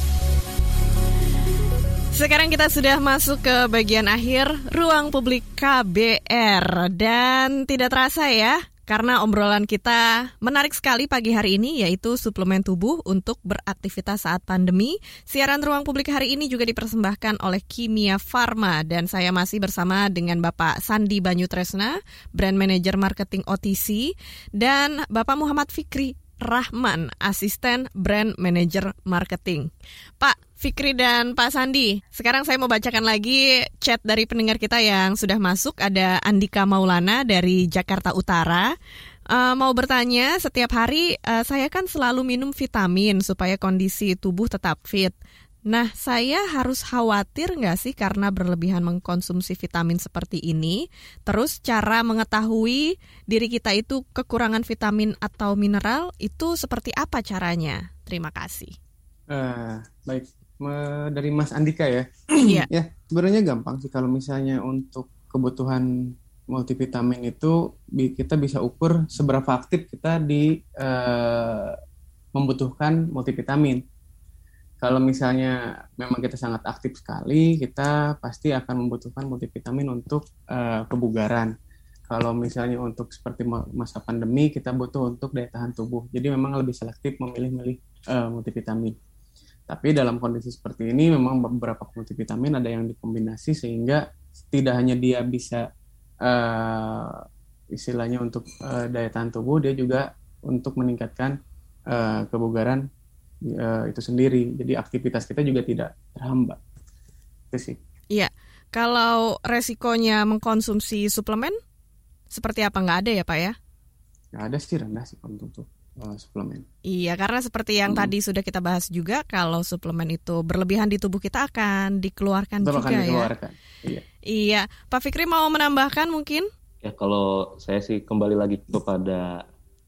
Sekarang kita sudah masuk ke bagian akhir Ruang Publik K B R. Dan tidak terasa ya, karena obrolan kita menarik sekali pagi hari ini, yaitu suplemen tubuh untuk beraktivitas saat pandemi. Siaran Ruang Publik hari ini juga dipersembahkan oleh Kimia Farma. Dan saya masih bersama dengan Bapak Sandi Banyutresna, Brand Manager Marketing O T C, dan Bapak Muhammad Fikri Rahman, Asisten Brand Manager Marketing. Pak Fikri dan Pak Sandi, sekarang saya mau bacakan lagi chat dari pendengar kita yang sudah masuk. Ada Andika Maulana dari Jakarta Utara. Uh, mau bertanya, setiap hari uh, saya kan selalu minum vitamin supaya kondisi tubuh tetap fit. Nah, saya harus khawatir nggak sih karena berlebihan mengkonsumsi vitamin seperti ini? Terus cara mengetahui diri kita itu kekurangan vitamin atau mineral itu seperti apa caranya? Terima kasih. Uh, baik, Me- dari Mas Andika ya. Iya. Ya, sebenarnya gampang sih kalau misalnya untuk kebutuhan multivitamin itu kita bisa ukur seberapa aktif kita di uh, membutuhkan multivitamin. Kalau misalnya memang kita sangat aktif sekali, kita pasti akan membutuhkan multivitamin untuk uh, kebugaran. Kalau misalnya untuk seperti masa pandemi, kita butuh untuk daya tahan tubuh. Jadi memang lebih selektif memilih-milih uh, multivitamin. Tapi dalam kondisi seperti ini, memang beberapa multivitamin ada yang dikombinasi sehingga tidak hanya dia bisa uh, istilahnya untuk uh, daya tahan tubuh, dia juga untuk meningkatkan uh, kebugaran Uh, itu sendiri. Jadi aktivitas kita juga tidak terhambat. Itu sih. Iya. Kalau resikonya mengkonsumsi suplemen seperti apa? Nggak ada ya Pak ya? Nggak ada sih, rendah sih untuk uh, suplemen. Iya, karena seperti yang hmm. tadi sudah kita bahas juga, kalau suplemen itu berlebihan di tubuh kita akan dikeluarkan Betul, juga akan ya. dikeluarkan. Iya. Iya. Pak Fikri mau menambahkan mungkin? Ya, kalau saya sih kembali lagi kepada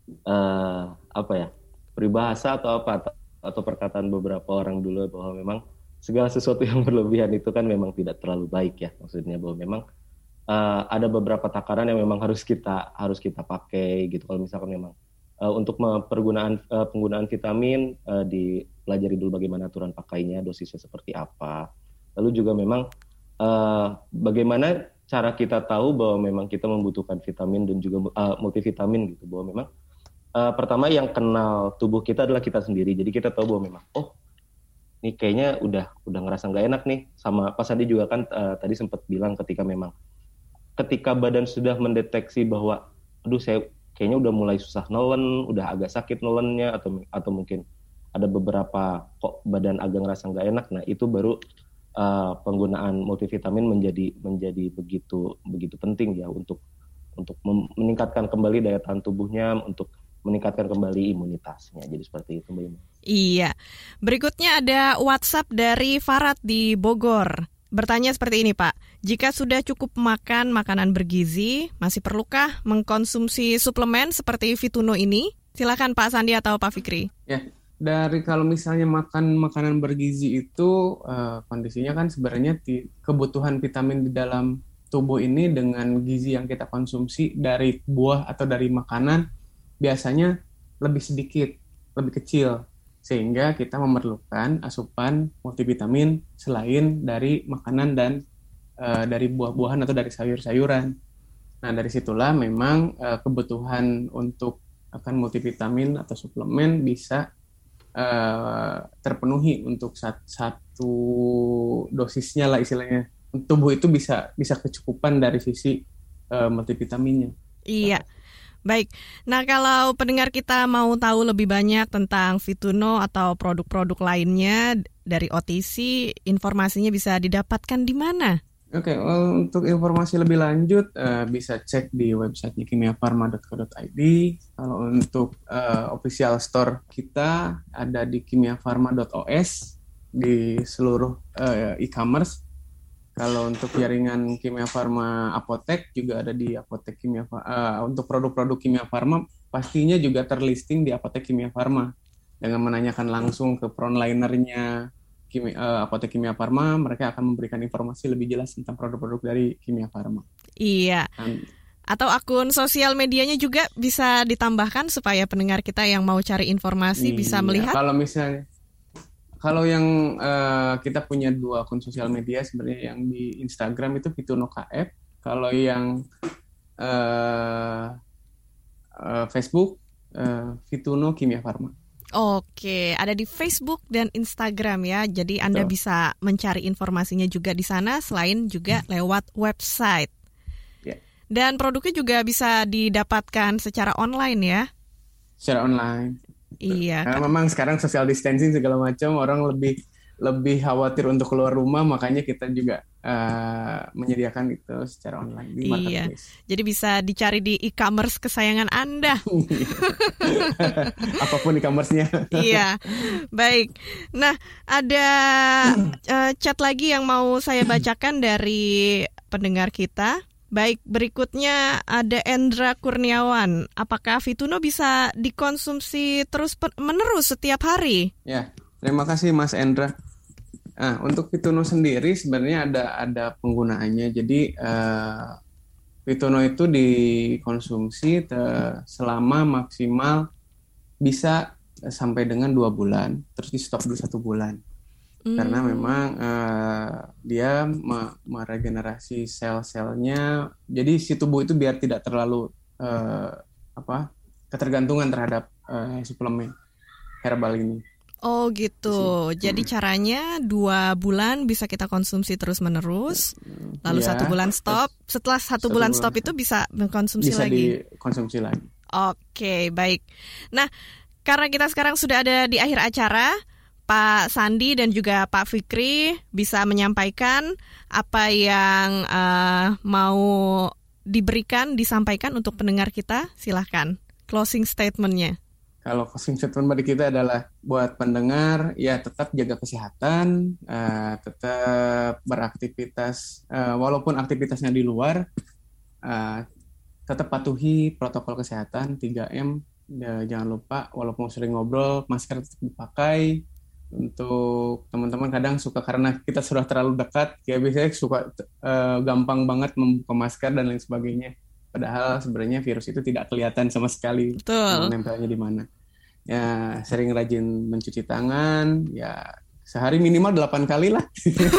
uh, apa ya, peribahasa atau apa atau perkataan beberapa orang dulu bahwa memang segala sesuatu yang berlebihan itu kan memang tidak terlalu baik ya. Maksudnya bahwa memang uh, ada beberapa takaran yang memang harus kita harus kita pakai gitu. Kalau misalkan memang uh, untuk penggunaan uh, penggunaan vitamin uh, dipelajari dulu bagaimana aturan pakainya, dosisnya seperti apa. Lalu juga memang uh, bagaimana cara kita tahu bahwa memang kita membutuhkan vitamin dan juga uh, multivitamin gitu, bahwa memang Uh, pertama yang kenal tubuh kita adalah kita sendiri. Jadi kita tahu bahwa memang, oh, ini kayaknya udah udah ngerasa nggak enak nih. Sama Pak Sandi juga kan uh, tadi sempat bilang ketika memang ketika badan sudah mendeteksi bahwa, aduh saya kayaknya udah mulai susah nelen, udah agak sakit nelennya, atau atau mungkin ada beberapa kok badan agak ngerasa nggak enak. Nah itu baru uh, penggunaan multivitamin menjadi menjadi begitu begitu penting ya untuk untuk meningkatkan kembali daya tahan tubuhnya, untuk meningkatkan kembali imunitasnya. Jadi seperti itu, Mbak Ima. Iya. Berikutnya ada WhatsApp dari Farad di Bogor. Bertanya seperti ini, Pak. Jika sudah cukup makan makanan bergizi, masih perlukah mengkonsumsi suplemen seperti Fituno ini? Silakan Pak Sandi atau Pak Fikri. Ya, dari kalau misalnya makan makanan bergizi itu uh, kondisinya kan sebenarnya di, kebutuhan vitamin di dalam tubuh ini dengan gizi yang kita konsumsi dari buah atau dari makanan biasanya lebih sedikit, lebih kecil, sehingga kita memerlukan asupan multivitamin selain dari makanan dan e, dari buah-buahan atau dari sayur-sayuran. Nah, dari situlah memang e, kebutuhan untuk akan multivitamin atau suplemen bisa e, terpenuhi untuk sat, satu dosisnya lah istilahnya. Tubuh itu bisa bisa kecukupan dari sisi e, multivitaminnya. Iya. Baik, nah kalau pendengar kita mau tahu lebih banyak tentang Fituno atau produk-produk lainnya dari O T C, informasinya bisa didapatkan di mana? Oke, okay, untuk informasi lebih lanjut uh, bisa cek di website kimia farma dot co dot i d. Kalau untuk uh, official store kita ada di kimia farma dot o s di seluruh uh, e-commerce. Kalau untuk jaringan Kimia Farma apotek juga ada di apotek Kimia uh, untuk produk-produk Kimia Farma pastinya juga terlisting di apotek Kimia Farma. Dengan menanyakan langsung ke frontlinernya Kimia, uh, apotek Kimia Farma, mereka akan memberikan informasi lebih jelas tentang produk-produk dari Kimia Farma. Iya. Dan, atau akun sosial medianya juga bisa ditambahkan supaya pendengar kita yang mau cari informasi iya, bisa melihat. Kalau misalnya Kalau yang uh, kita punya dua akun sosial media sebenarnya, yang di Instagram itu Fituno K F, kalau yang uh, uh, Facebook uh, Fituno Kimia Farma. Oke, ada di Facebook dan Instagram ya. Jadi Anda Betul. Bisa mencari informasinya juga di sana selain juga lewat website. Yeah. Dan produknya juga bisa didapatkan secara online ya. Secara online. Iya. Karena memang sekarang social distancing segala macam, orang lebih lebih khawatir untuk keluar rumah, makanya kita juga uh, menyediakan itu secara online di marketplace. Iya. Jadi bisa dicari di e-commerce kesayangan Anda. Apapun e-commerce-nya. Iya. Baik. Nah, ada uh, chat lagi yang mau saya bacakan dari pendengar kita. Baik, berikutnya ada Endra Kurniawan. Apakah Fituno bisa dikonsumsi terus menerus setiap hari? Ya, terima kasih Mas Endra. Nah, untuk Fituno sendiri sebenarnya ada ada penggunaannya. Jadi uh, Fituno itu dikonsumsi te- selama maksimal bisa sampai dengan dua bulan, terus di stop dulu satu bulan. Hmm. Karena memang uh, dia me- meregenerasi sel-selnya, jadi si tubuh itu biar tidak terlalu uh, apa ketergantungan terhadap uh, suplemen herbal ini. Oh gitu, si. Jadi hmm. caranya dua bulan bisa kita konsumsi terus menerus, lalu ya, satu bulan stop. Setelah satu, satu bulan, bulan stop itu bisa mengkonsumsi bisa lagi. Bisa dikonsumsi lagi. Oke, baik. Nah, karena kita sekarang sudah ada di akhir acara, Pak Sandi dan juga Pak Fikri bisa menyampaikan apa yang uh, mau diberikan, disampaikan untuk pendengar kita. Silahkan, closing statement-nya. Kalau closing statement bagi kita adalah buat pendengar, ya tetap jaga kesehatan, uh, tetap beraktivitas, uh, walaupun aktivitasnya di luar, uh, tetap patuhi protokol kesehatan tiga M, ya, jangan lupa, walaupun sering ngobrol, masker tetap dipakai. Untuk teman-teman kadang suka karena kita sudah terlalu dekat, ya biasanya suka uh, gampang banget membuka masker dan lain sebagainya. Padahal sebenarnya virus itu tidak kelihatan sama sekali. Betul. Nempelnya di mana. Ya sering rajin mencuci tangan, ya sehari minimal delapan kali lah.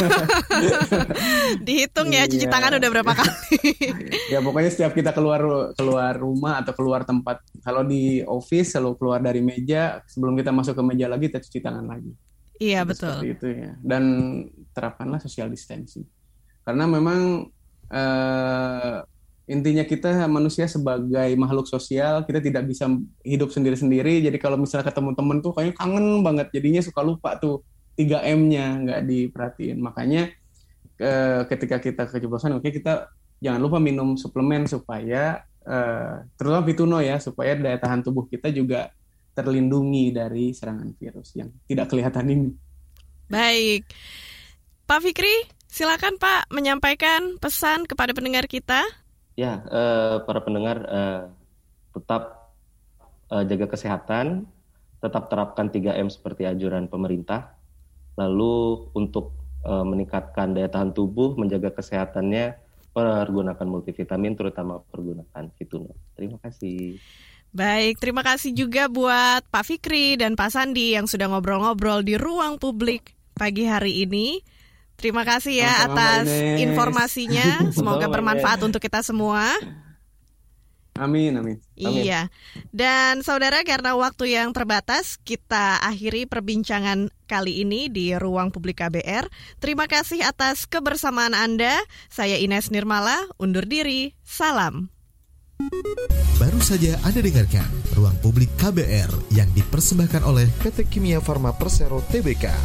Dihitung ya cuci iya. tangan udah berapa kali. Ya pokoknya setiap kita keluar keluar rumah atau keluar tempat, kalau di office selalu keluar dari meja, sebelum kita masuk ke meja lagi kita cuci tangan lagi. Iya, itu betul. Seperti itu ya. Dan terapkanlah social distancing. Karena memang uh, intinya kita manusia sebagai makhluk sosial, kita tidak bisa hidup sendiri-sendiri. Jadi kalau misalnya ketemu temen tuh kayaknya kangen banget, jadinya suka lupa tuh tiga M-nya nggak diperhatiin. Makanya eh, ketika kita keceplosan, oke okay, kita jangan lupa minum suplemen supaya eh, terutama Fituno ya, supaya daya tahan tubuh kita juga terlindungi dari serangan virus yang tidak kelihatan ini. Baik, Pak Fikri, silakan Pak menyampaikan pesan kepada pendengar kita. Ya, eh, para pendengar eh, tetap eh, jaga kesehatan, tetap terapkan tiga M seperti anjuran pemerintah. Lalu untuk uh, meningkatkan daya tahan tubuh, menjaga kesehatannya, pergunakan multivitamin, terutama pergunakan Fituno. Terima kasih. Baik, terima kasih juga buat Pak Fikri dan Pak Sandi yang sudah ngobrol-ngobrol di ruang publik pagi hari ini. Terima kasih ya Sama-sama atas informasinya. Semoga bermanfaat untuk kita semua. Amin, amin, amin. Iya. Dan saudara, karena waktu yang terbatas, kita akhiri perbincangan kali ini di Ruang Publik K B R. Terima kasih atas kebersamaan Anda. Saya Ines Nirmala, undur diri. Salam. Baru saja Anda dengarkan Ruang Publik K B R yang dipersembahkan oleh P T Kimia Farma Persero T B K.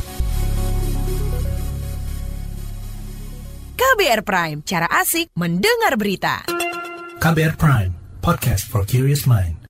K B R Prime, cara asik mendengar berita. K B R Prime, podcast for curious mind.